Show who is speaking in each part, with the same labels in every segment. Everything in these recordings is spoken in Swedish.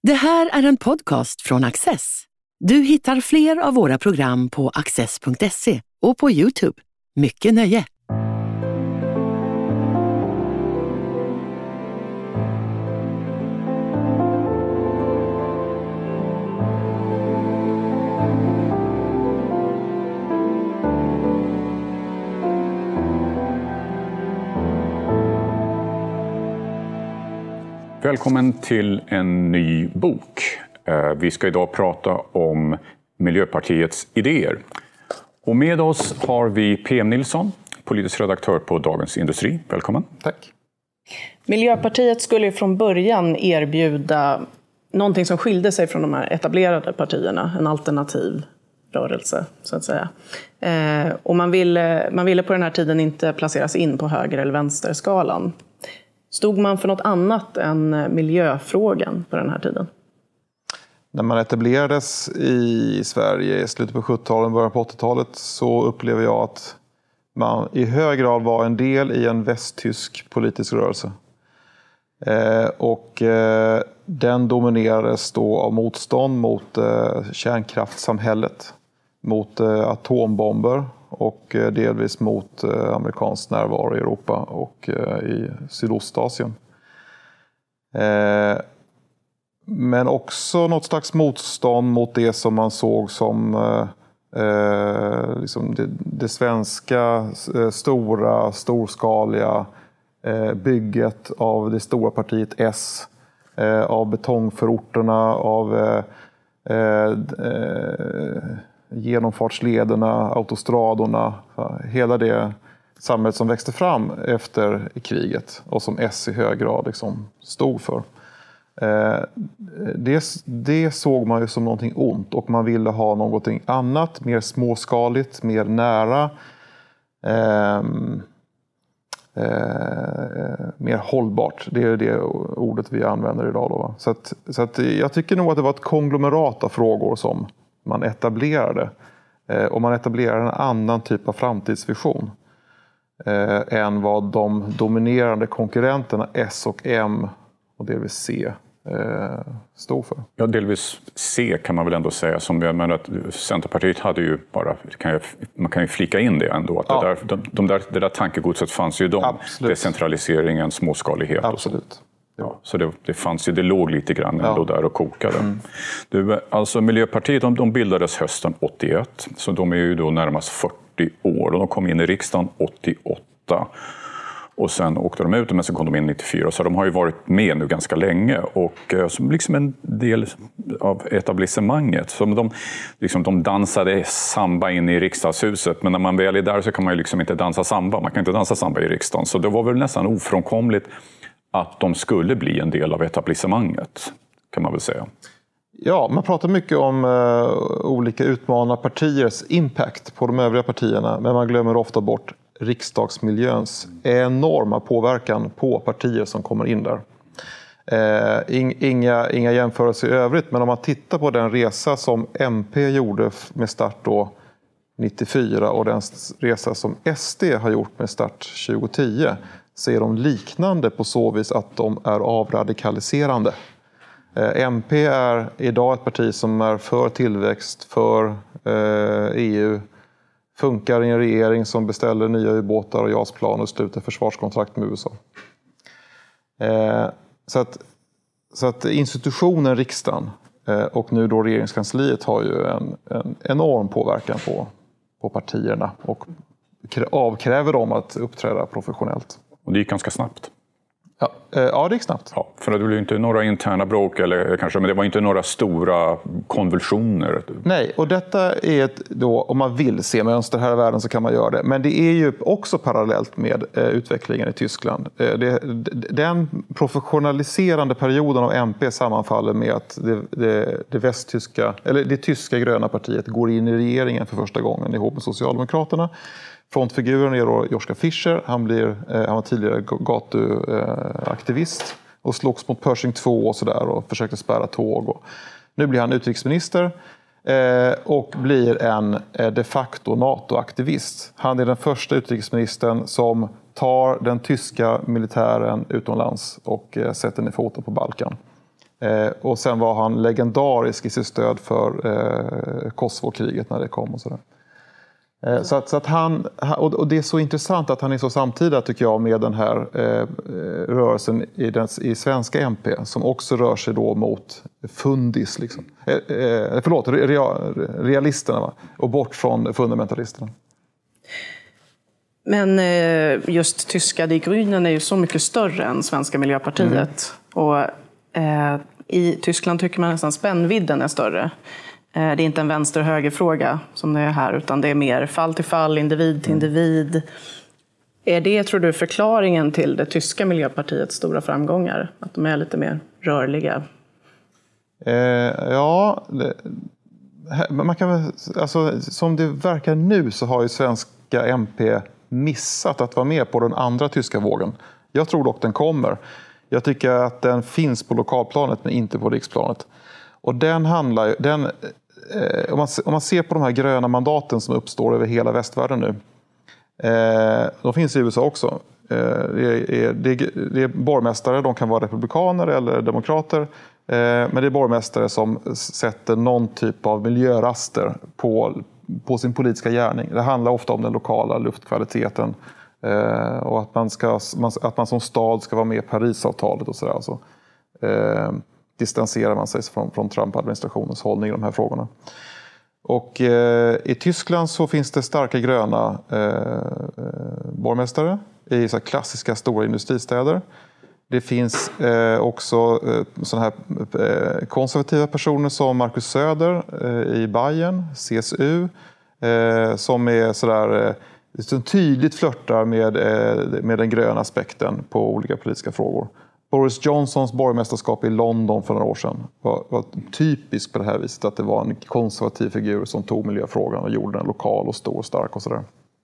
Speaker 1: Det här är en podcast från Access. Du hittar fler av våra program på access.se och på YouTube. Mycket nöje!
Speaker 2: Välkommen till en ny bok. Vi ska idag prata om Miljöpartiets idéer. Och med oss har vi PM Nilsson, politisk redaktör på Dagens Industri. Välkommen.
Speaker 3: Tack.
Speaker 4: Miljöpartiet skulle från början erbjuda någonting som skilde sig från de här etablerade partierna, en alternativ rörelse så att säga. Och man ville på den här tiden inte placeras in på höger- eller vänsterskalan. Stod man för något annat än miljöfrågan på den här tiden?
Speaker 3: När man etablerades i Sverige i slutet på 70-talet, början på 80-talet så upplever jag att man i hög grad var en del i en västtysk politisk rörelse. Den dominerades då av motstånd mot kärnkraftssamhället, mot atombomber och delvis mot amerikansk närvaro i Europa och i Sydostasien. Men också något slags motstånd mot det som man såg som liksom det svenska storskaliga bygget av det stora partiet S, av betongförorterna, av genomfartslederna, autostradorna, hela det samhället som växte fram efter kriget och som S i hög grad liksom stod för. Det såg man ju som någonting ont och man ville ha någonting annat, mer småskaligt, mer nära, mer hållbart. Det är det ordet vi använder idag då. Så att jag tycker nog att det var ett konglomerat av frågor som man etablerade. Och man etablerade en annan typ av framtidsvision än vad de dominerande konkurrenterna S och M och delvis C stod för.
Speaker 2: Ja, delvis C kan man väl ändå säga. Som jag menar att Centerpartiet hade ju bara, man kan ju flika in det ändå. Att ja. Det där tankegodset fanns ju decentraliseringen, småskalighet och så. Ja, så det låg lite grann ändå där och kokade. Alltså Miljöpartiet de bildades hösten 81, så de är ju då närmast 40 år och de kom in i riksdagen 88 och sen åkte de ut men sen kom de in 94, så de har ju varit med nu ganska länge och som liksom en del av etablissemanget. Så de dansade samba in i riksdagshuset, men när man väl är där så kan man ju liksom inte dansa samba, man kan inte dansa samba i riksdagen, så det var väl nästan ofrånkomligt att de skulle bli en del av etablissemanget, kan man väl säga.
Speaker 3: Ja, man pratar mycket om olika utmanarpartiers impact på de övriga partierna, men man glömmer ofta bort riksdagsmiljöns enorma påverkan på partier som kommer in där. Inga jämförelser i övrigt, men om man tittar på den resa som MP gjorde med start då 94 och den resa som SD har gjort med start 2010, så är de liknande på så vis att de är avradikaliserande. MP är idag ett parti som är för tillväxt, för EU, funkar i en regering som beställer nya ubåtar och JAS-plan och sluter försvarskontrakt med USA. Så att institutionen riksdagen och nu då regeringskansliet har ju en enorm påverkan på partierna och avkräver dem att uppträda professionellt.
Speaker 2: Och det gick ganska snabbt.
Speaker 3: Ja, det gick snabbt.
Speaker 2: Ja, för det blev ju inte några interna bråk, eller kanske, men det var inte några stora konvulsioner.
Speaker 3: Nej, och detta är då, om man vill se mönster här i världen så kan man göra det. Men det är ju också parallellt med utvecklingen i Tyskland. Den professionaliserande perioden av MP sammanfaller med att det tyska gröna partiet går in i regeringen för första gången ihop med Socialdemokraterna. Frontfiguren är då Joschka Fischer. Han var tidigare gatuaktivist och slogs mot Pershing 2 och sådär och försökte spärra tåg. Nu blir han utrikesminister och blir en de facto NATO-aktivist. Han är den första utrikesministern som tar den tyska militären utomlands och sätter ner foten på Balkan. Och sen var han legendarisk i sitt stöd för Kosovo-kriget när det kom och sådär. Så att han, och det är så intressant att han är så samtida tycker jag med den här rörelsen i svenska MP som också rör sig då mot fundis liksom. Realisterna va? Och bort från fundamentalisterna.
Speaker 4: Men just tyska Die Grünen är ju så mycket större än svenska Miljöpartiet. Och i Tyskland tycker man nästan spännvidden är större. Det är inte en vänster- och högerfråga som det är här, utan det är mer fall till fall, individ till individ. Är det, tror du, förklaringen till det tyska Miljöpartiets stora framgångar? Att de är lite mer rörliga?
Speaker 3: Man kan, alltså, som det verkar nu så har ju svenska MP missat att vara med på den andra tyska vågen. Jag tror dock den kommer. Jag tycker att den finns på lokalplanet men inte på riksplanet. Och den handlar, om man ser på de här gröna mandaten som uppstår över hela västvärlden nu. De finns i USA också. Det är borgmästare, de kan vara republikaner eller demokrater. Men det är borgmästare som sätter någon typ av miljöraster på sin politiska gärning. Det handlar ofta om den lokala luftkvaliteten. Och att man som stad ska vara med i Parisavtalet och sådär. Så, distanserar man sig från Trump-administrationens hållning i de här frågorna. Och i Tyskland så finns det starka gröna borgmästare i så här klassiska stora industristäder. Det finns också såna här konservativa personer som Markus Söder i Bayern, CSU, som är sådär som tydligt flörtar med den gröna aspekten på olika politiska frågor. Boris Johnsons borgmästerskap i London för några år sedan var typiskt på det här viset, att det var en konservativ figur som tog miljöfrågan och gjorde den lokal och stor och stark och sådär.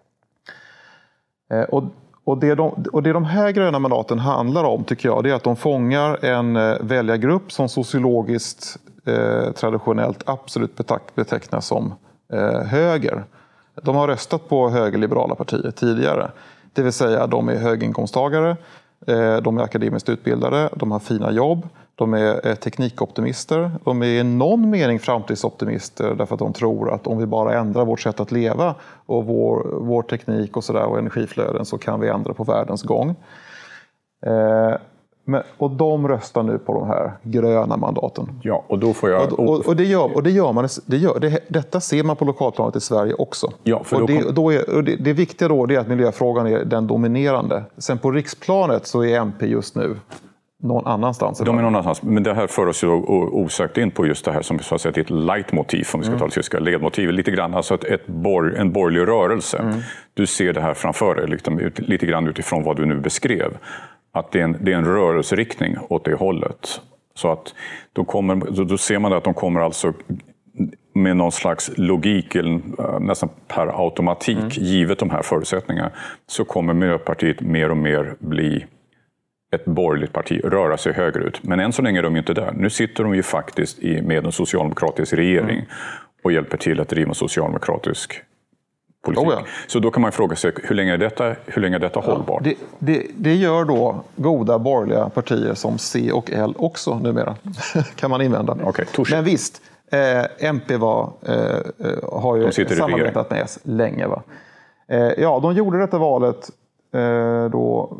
Speaker 3: Och det de här gröna mandaten handlar om tycker jag, det är att de fångar en väljargrupp som sociologiskt traditionellt absolut betecknas som höger. De har röstat på högerliberala partier tidigare. Det vill säga de är höginkomsttagare, de är akademiskt utbildade, de har fina jobb, de är teknikoptimister, de är i någon mening framtidsoptimister därför att de tror att om vi bara ändrar vårt sätt att leva och vår teknik och sådär och energiflöden så kan vi ändra på världens gång. Och de röstar nu på de här gröna mandaten.
Speaker 2: Ja, och då får jag...
Speaker 3: Detta ser man på lokalplanet i Sverige också.
Speaker 2: Ja, för
Speaker 3: det viktiga då är att miljöfrågan är den dominerande. Sen på riksplannet så är MP just nu någon annanstans.
Speaker 2: De är någon annanstans, men det här för oss ju osökt in på just det här som så att säga är ett leitmotiv, om vi ska ta det tyska ledmotivet lite grann, alltså en borgerlig rörelse. Du ser det här framför dig liksom, lite grann utifrån vad du nu beskrev. Att det är en rörelseriktning åt det hållet. Så att då ser man att de kommer alltså med någon slags logik, eller nästan per automatik, givet de här förutsättningarna, så kommer Miljöpartiet mer och mer bli ett borgerligt parti, röra sig högerut. Men än så länge är de ju inte där. Nu sitter de ju faktiskt med en socialdemokratisk regering och hjälper till att driva en socialdemokratisk politik. Oh ja. Så då kan man fråga sig, hur länge är detta hållbart?
Speaker 3: Det gör då goda borgerliga partier som C och L också numera, kan man invända.
Speaker 2: Okay,
Speaker 3: men visst, MP har ju samarbetat med S länge. Va? De gjorde detta valet då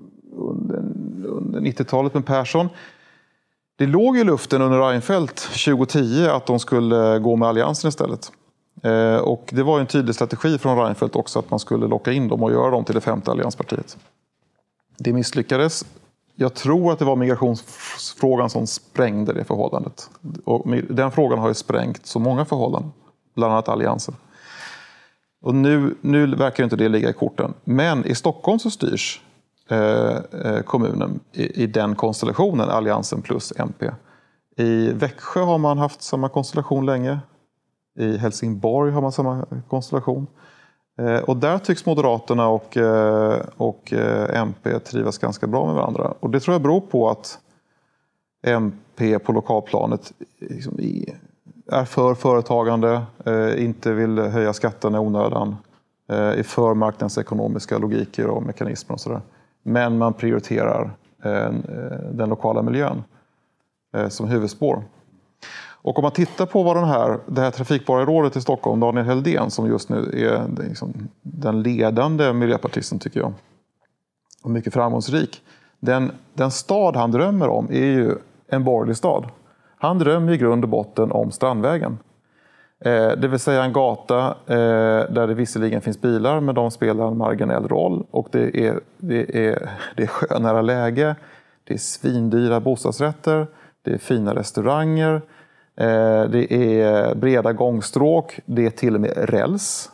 Speaker 3: under 90-talet med Persson. Det låg i luften under Reinfeldt 2010 att de skulle gå med alliansen istället. Och det var en tydlig strategi från Reinfeldt också att man skulle locka in dem och göra dem till det femte allianspartiet. Det misslyckades. Jag tror att det var migrationsfrågan som sprängde det förhållandet. Och den frågan har ju sprängt så många förhållanden, bland annat alliansen. Och nu verkar inte det ligga i korten. Men i Stockholm så styrs kommunen i den konstellationen, alliansen plus MP. I Växjö har man haft samma konstellation länge. I Helsingborg har man samma konstellation. Och där tycks Moderaterna och MP trivas ganska bra med varandra. Och det tror jag beror på att MP på lokalplanet liksom är för företagande, inte vill höja skatterna i onödan, är för marknadsekonomiska logiker och mekanismer och sådär. Men man prioriterar den lokala miljön. som huvudspår. Och om man tittar på vad det här trafikborgarrådet i Stockholm, Daniel Heldén, som just nu är liksom den ledande miljöpartisten tycker jag, och mycket framgångsrik. Den stad han drömmer om är ju en borgerlig stad. Han drömmer i grund och botten om Strandvägen. Det vill säga en gata där det visserligen finns bilar, men de spelar en marginell roll. Och det är skönare läge, det är svindyra bostadsrätter, det är fina restauranger, det är breda gångstråk, det är till och med räls.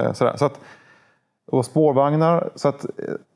Speaker 3: Och spårvagnar. Så att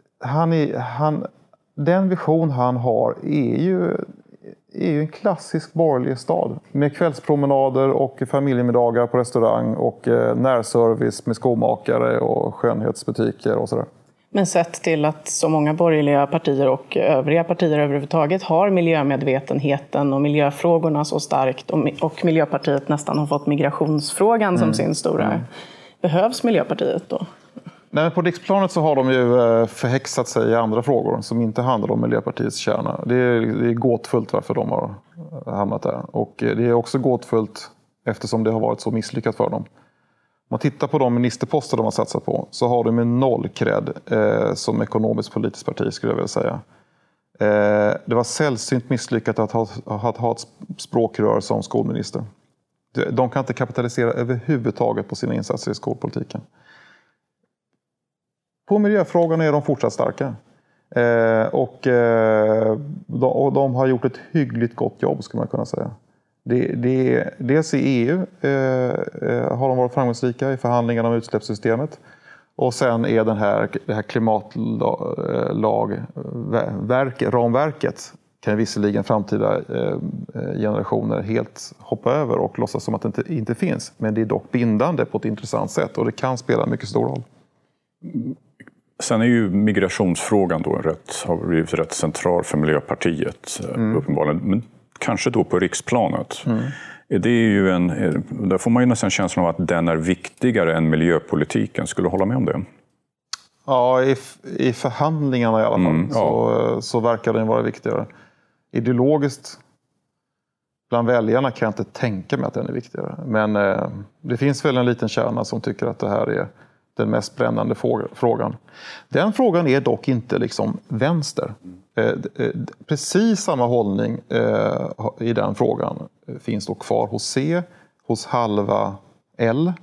Speaker 3: den vision han har är ju en klassisk borgerlig stad. Med kvällspromenader och familjemiddagar på restaurang och närservice med skomakare och skönhetsbutiker och sådär.
Speaker 4: Men sett till att så många borgerliga partier och övriga partier överhuvudtaget har miljömedvetenheten och miljöfrågorna så starkt och Miljöpartiet nästan har fått migrationsfrågan som sin stora... Behövs Miljöpartiet då?
Speaker 3: Nej, på riksplanet så har de ju förhäxat sig i andra frågor som inte handlar om Miljöpartiets kärna. Det är gåtfullt varför de har hamnat där. Och det är också gåtfullt eftersom det har varit så misslyckat för dem. Om man tittar på de ministerposter de har satsat på så har de en noll cred som ekonomiskt politiskt parti skulle jag vilja säga. Det var sällsynt misslyckat att ha ett språkrör som skolminister. De kan inte kapitalisera överhuvudtaget på sina insatser i skolpolitiken. På miljöfrågorna är de fortsatt starka. Och de har gjort ett hyggligt gott jobb skulle man kunna säga. Dels i EU har de varit framgångsrika i förhandlingarna om utsläppssystemet. Och sen är det här klimatramverket kan visserligen framtida generationer helt hoppa över och låtsas som att det inte finns. Men det är dock bindande på ett intressant sätt och det kan spela en mycket stor roll.
Speaker 2: Sen är ju migrationsfrågan då har blivit rätt central för Miljöpartiet uppenbarligen. Men kanske då på riksplanet. Det är ju där får man ju nästan känslan av att den är viktigare än miljöpolitiken. Skulle du hålla med om det?
Speaker 3: Ja, i förhandlingarna i alla fall så verkar den vara viktigare. Ideologiskt bland väljarna kan jag inte tänka mig att den är viktigare. Men det finns väl en liten kärna som tycker att det här är den mest brännande frågan. Den frågan är dock inte liksom vänster. Precis samma hållning i den frågan finns då kvar hos C, hos halva L.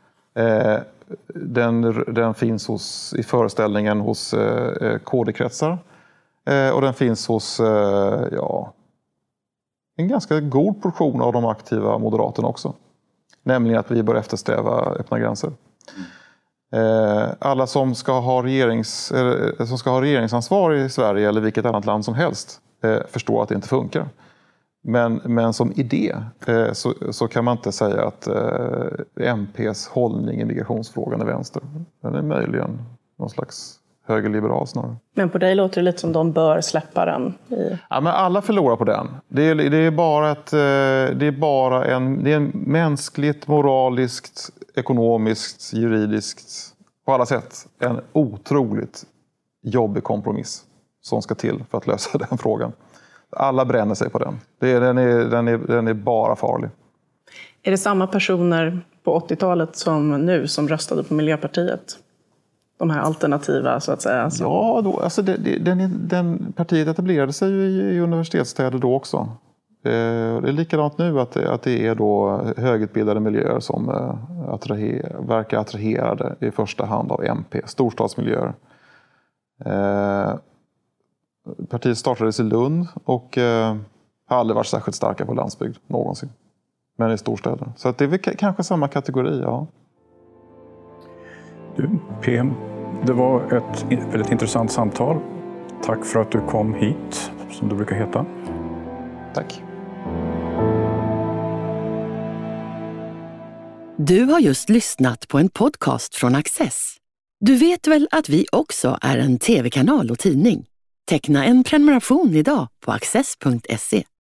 Speaker 3: Den finns i föreställningen hos KD-kretsar. Och den finns hos en ganska god portion av de aktiva moderaterna också. Nämligen att vi bör eftersträva öppna gränser. Alla som ska ha regeringsansvar i Sverige eller vilket annat land som helst förstår att det inte funkar. Men som idé så kan man inte säga att MPs hållning i migrationsfrågan är vänster. Den är möjligen någon slags högerliberal snarare.
Speaker 4: Men på dig låter det lite som de bör släppa den.
Speaker 3: Ja, men alla förlorar på den. Det är en mänskligt, moraliskt, ekonomiskt, juridiskt, på alla sätt en otroligt jobbig kompromiss som ska till för att lösa den frågan. Alla bränner sig på den. Den är bara farlig.
Speaker 4: Är det samma personer på 80-talet som nu som röstade på Miljöpartiet? De här alternativa så att säga.
Speaker 3: Ja, den partiet etablerade sig ju i universitetsstäder då också. Det är likadant nu att det är då högutbildade miljöer som verkar attraherade i första hand av MP, storstadsmiljöer. Partiet startades i Lund och har aldrig varit särskilt starka på landsbygd någonsin. Men i storstäder. Så att det är väl kanske samma kategori, ja.
Speaker 2: Du, PM, det var ett väldigt intressant samtal. Tack för att du kom hit, som du brukar heta.
Speaker 3: Tack.
Speaker 1: Du har just lyssnat på en podcast från Access. Du vet väl att vi också är en tv-kanal och tidning? Teckna en prenumeration idag på access.se.